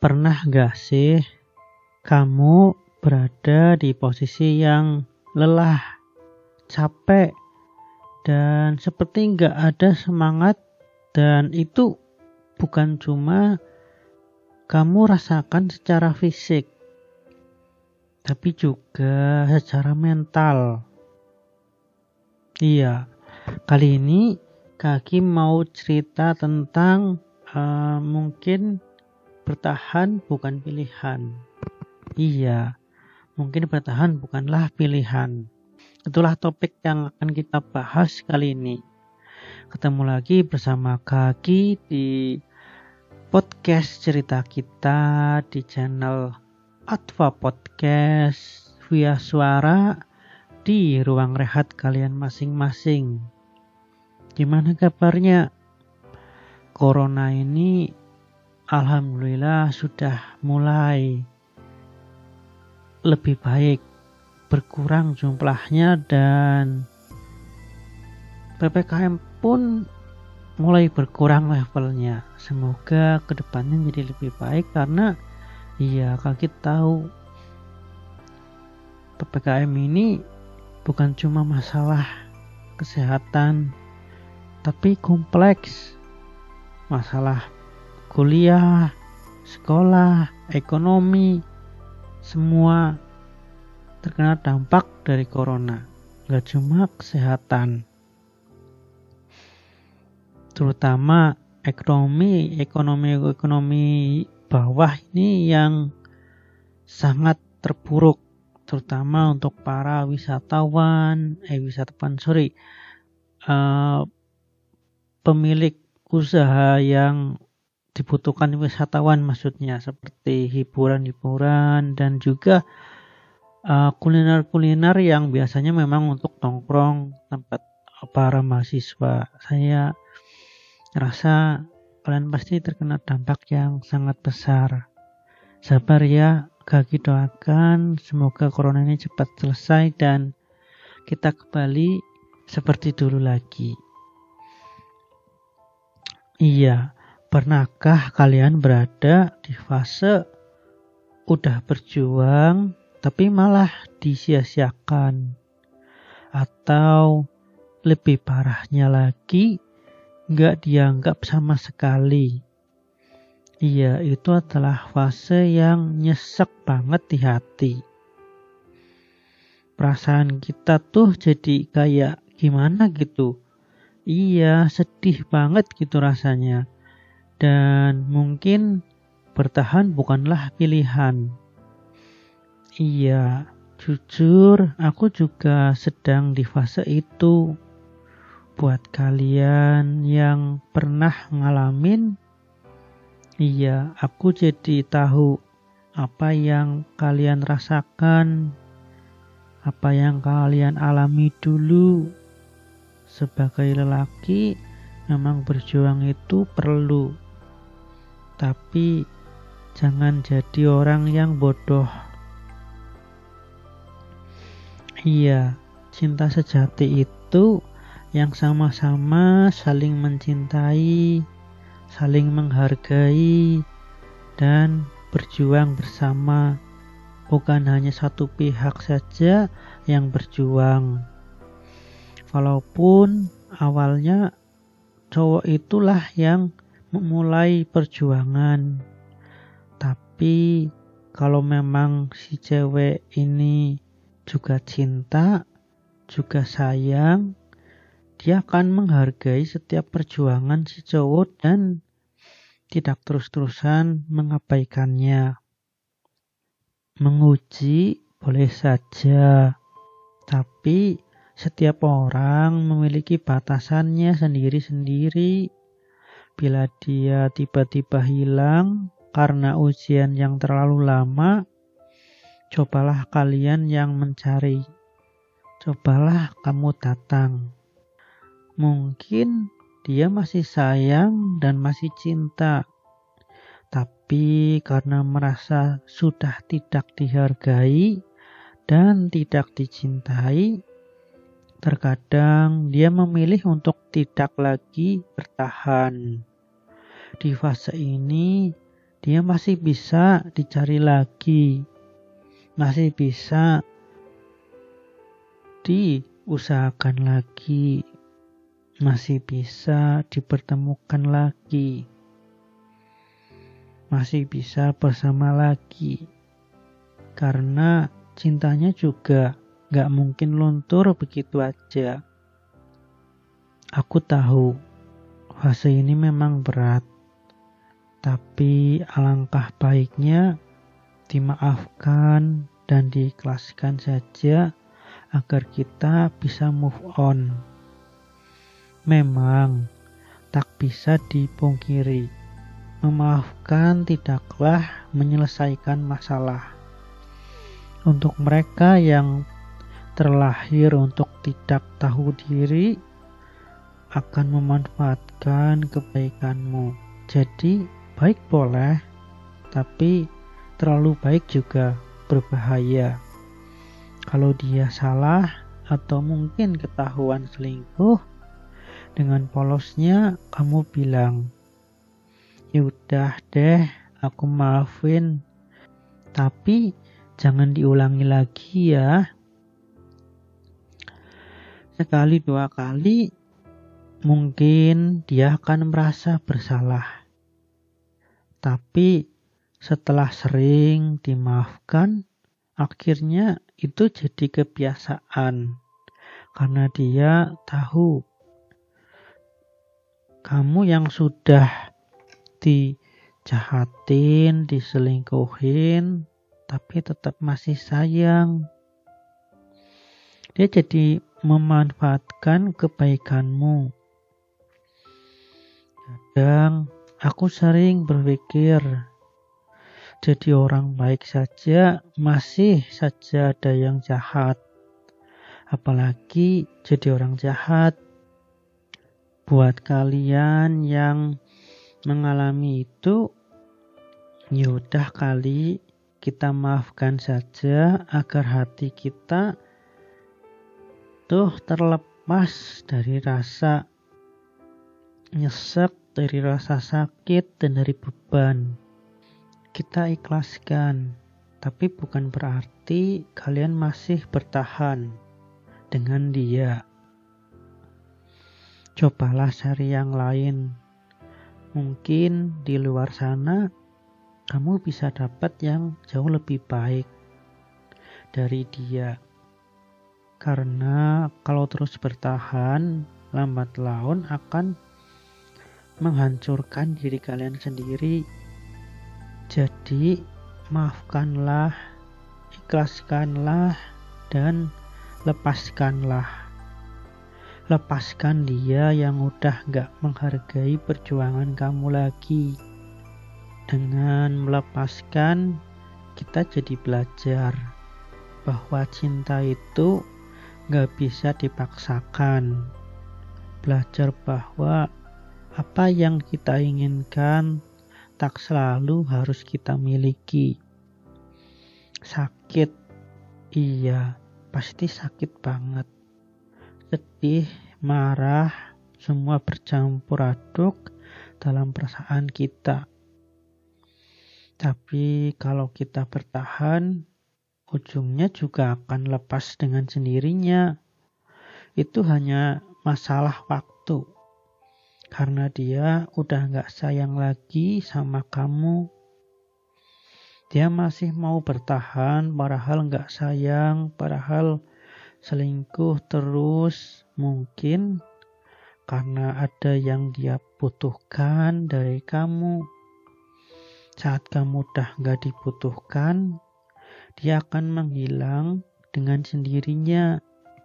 Pernah gak sih kamu berada di posisi yang lelah, capek, dan seperti gak ada semangat, dan itu bukan cuma kamu rasakan secara fisik, tapi juga secara mental. Iya, kali ini Kaki mau cerita tentang mungkin bertahan bukan pilihan. Iya, mungkin bertahan bukanlah pilihan. Itulah topik yang akan kita bahas kali ini. Ketemu lagi bersama Kaki di podcast cerita kita di channel Atva Podcast via suara di ruang rehat kalian masing-masing. Gimana kabarnya? Corona ini alhamdulillah sudah mulai lebih baik, berkurang jumlahnya, dan PPKM pun mulai berkurang levelnya. Semoga kedepannya jadi lebih baik, karena Kaki tahu PPKM ini bukan cuma masalah kesehatan, tapi kompleks. Masalah kuliah, sekolah, ekonomi, semua terkena dampak dari corona. Gak cuma kesehatan, terutama ekonomi bawah ini yang sangat terpuruk, terutama untuk para pemilik usaha yang dibutuhkan wisatawan, maksudnya seperti hiburan-hiburan dan juga kuliner-kuliner yang biasanya memang untuk nongkrong tempat para mahasiswa. Saya rasa kalian pasti terkena dampak yang sangat besar. Sabar ya, Kaki doakan semoga corona ini cepat selesai dan kita kembali seperti dulu lagi. Iya, pernahkah kalian berada di fase udah berjuang tapi malah disia-siakan? Atau lebih parahnya lagi, gak dianggap sama sekali? Iya, itu adalah fase yang nyesek banget di hati. Perasaan kita tuh jadi kayak gimana gitu. Iya, sedih banget gitu rasanya. Dan mungkin bertahan bukanlah pilihan. Iya, jujur aku juga sedang di fase itu. Buat kalian yang pernah ngalamin, iya, aku jadi tahu apa yang kalian rasakan, apa yang kalian alami dulu. Sebagai lelaki, memang berjuang itu perlu, tapi jangan jadi orang yang bodoh. Iya, cinta sejati itu yang sama-sama saling mencintai, saling menghargai, dan berjuang bersama. Bukan hanya satu pihak saja yang berjuang. Walaupun awalnya cowok itulah yang memulai perjuangan, tapi kalau memang si cewek ini juga cinta, juga sayang, dia akan menghargai setiap perjuangan si cowok dan tidak terus-terusan mengabaikannya. Menguji boleh saja, tapi setiap orang memiliki batasannya sendiri-sendiri. Bila dia tiba-tiba hilang karena ujian yang terlalu lama, cobalah kalian yang mencari. Cobalah kamu datang. Mungkin dia masih sayang dan masih cinta, tapi karena merasa sudah tidak dihargai dan tidak dicintai, terkadang dia memilih untuk tidak lagi bertahan. Di fase ini, dia masih bisa dicari lagi, masih bisa diusahakan lagi, masih bisa dipertemukan lagi, masih bisa bersama lagi. Karena cintanya juga gak mungkin luntur begitu aja. Aku tahu fase ini memang berat, tapi alangkah baiknya dimaafkan dan diikhlaskan saja agar kita bisa move on. Memang tak bisa dipungkiri, memaafkan tidaklah menyelesaikan masalah. Untuk mereka yang terlahir untuk tidak tahu diri, akan memanfaatkan kebaikanmu. Jadi baik boleh, tapi terlalu baik juga berbahaya. Kalau dia salah atau mungkin ketahuan selingkuh, dengan polosnya kamu bilang, "Yaudah deh, aku maafin, tapi jangan diulangi lagi ya." Sekali dua kali mungkin dia akan merasa bersalah. Tapi setelah sering dimaafkan, akhirnya itu jadi kebiasaan. Karena dia tahu kamu yang sudah dijahatin, diselingkuhin, tapi tetap masih sayang. Dia jadi memanfaatkan kebaikanmu. Kadang aku sering berpikir, jadi orang baik saja masih saja ada yang jahat. Apalagi jadi orang jahat. Buat kalian yang mengalami itu, yaudah kali kita maafkan saja agar hati kita tuh terlepas dari rasa nyesek, dari rasa sakit, dan dari beban. Kita ikhlaskan, tapi bukan berarti kalian masih bertahan dengan dia. Cobalah cari yang lain. Mungkin di luar sana kamu bisa dapat yang jauh lebih baik dari dia. Karena kalau terus bertahan, lambat laun akan menghancurkan diri kalian sendiri. Jadi maafkanlah, ikhlaskanlah, dan lepaskanlah. Lepaskan dia yang udah gak menghargai perjuangan kamu lagi. Dengan melepaskan, kita jadi belajar bahwa cinta itu gak bisa dipaksakan. Belajar bahwa apa yang kita inginkan tak selalu harus kita miliki. Sakit, iya, pasti sakit banget. Sedih, marah, semua bercampur aduk dalam perasaan kita. Tapi kalau kita bertahan, ujungnya juga akan lepas dengan sendirinya. Itu hanya masalah waktu. Karena dia udah gak sayang lagi sama kamu. Dia masih mau bertahan, padahal gak sayang, padahal selingkuh terus. Mungkin karena ada yang dia butuhkan dari kamu. Saat kamu udah gak dibutuhkan, dia akan menghilang dengan sendirinya.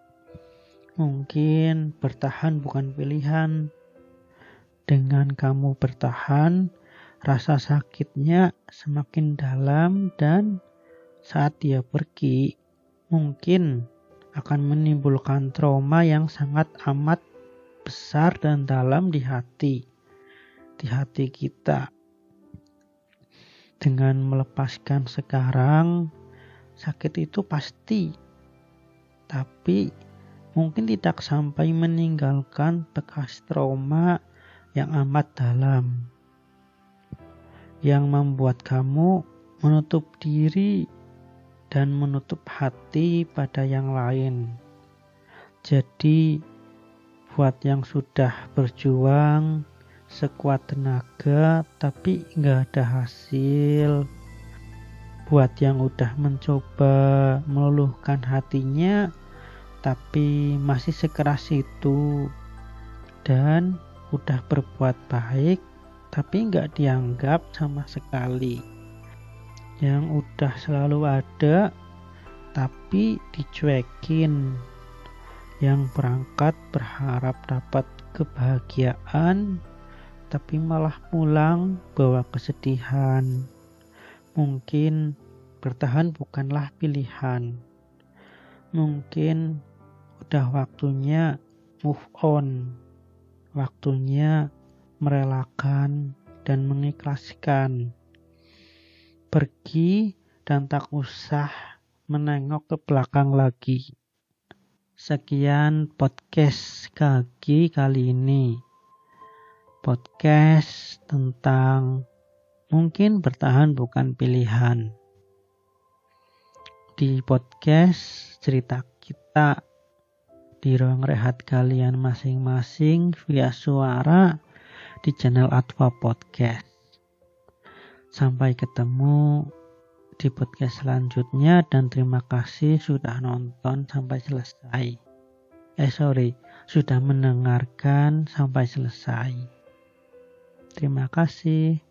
Mungkin bertahan bukan pilihan. Dengan kamu bertahan, rasa sakitnya semakin dalam dan saat dia pergi, mungkin akan menimbulkan trauma yang sangat amat besar dan dalam di hati kita. Dengan melepaskan sekarang, sakit itu pasti, tapi mungkin tidak sampai meninggalkan bekas trauma yang amat dalam. yang membuat kamu menutup diri dan menutup hati pada yang lain. Jadi buat yang sudah berjuang sekuat tenaga tapi nggak ada hasil, buat yang udah mencoba meluluhkan hatinya tapi masih sekeras itu, dan udah berbuat baik tapi nggak dianggap sama sekali, yang udah selalu ada tapi dicuekin, yang berangkat berharap dapat kebahagiaan tapi malah pulang bawa kesedihan. Mungkin bertahan bukanlah pilihan, mungkin udah waktunya move on, waktunya merelakan dan mengikhlaskan, pergi dan tak usah menengok ke belakang lagi. Sekian podcast Kaki kali ini. Podcast tentang mungkin bertahan bukan pilihan. Di podcast cerita kita di ruang rehat kalian masing-masing via suara di channel Atwa Podcast. Sampai ketemu di podcast selanjutnya dan terima kasih sudah nonton sampai selesai. Sudah mendengarkan sampai selesai. Terima kasih.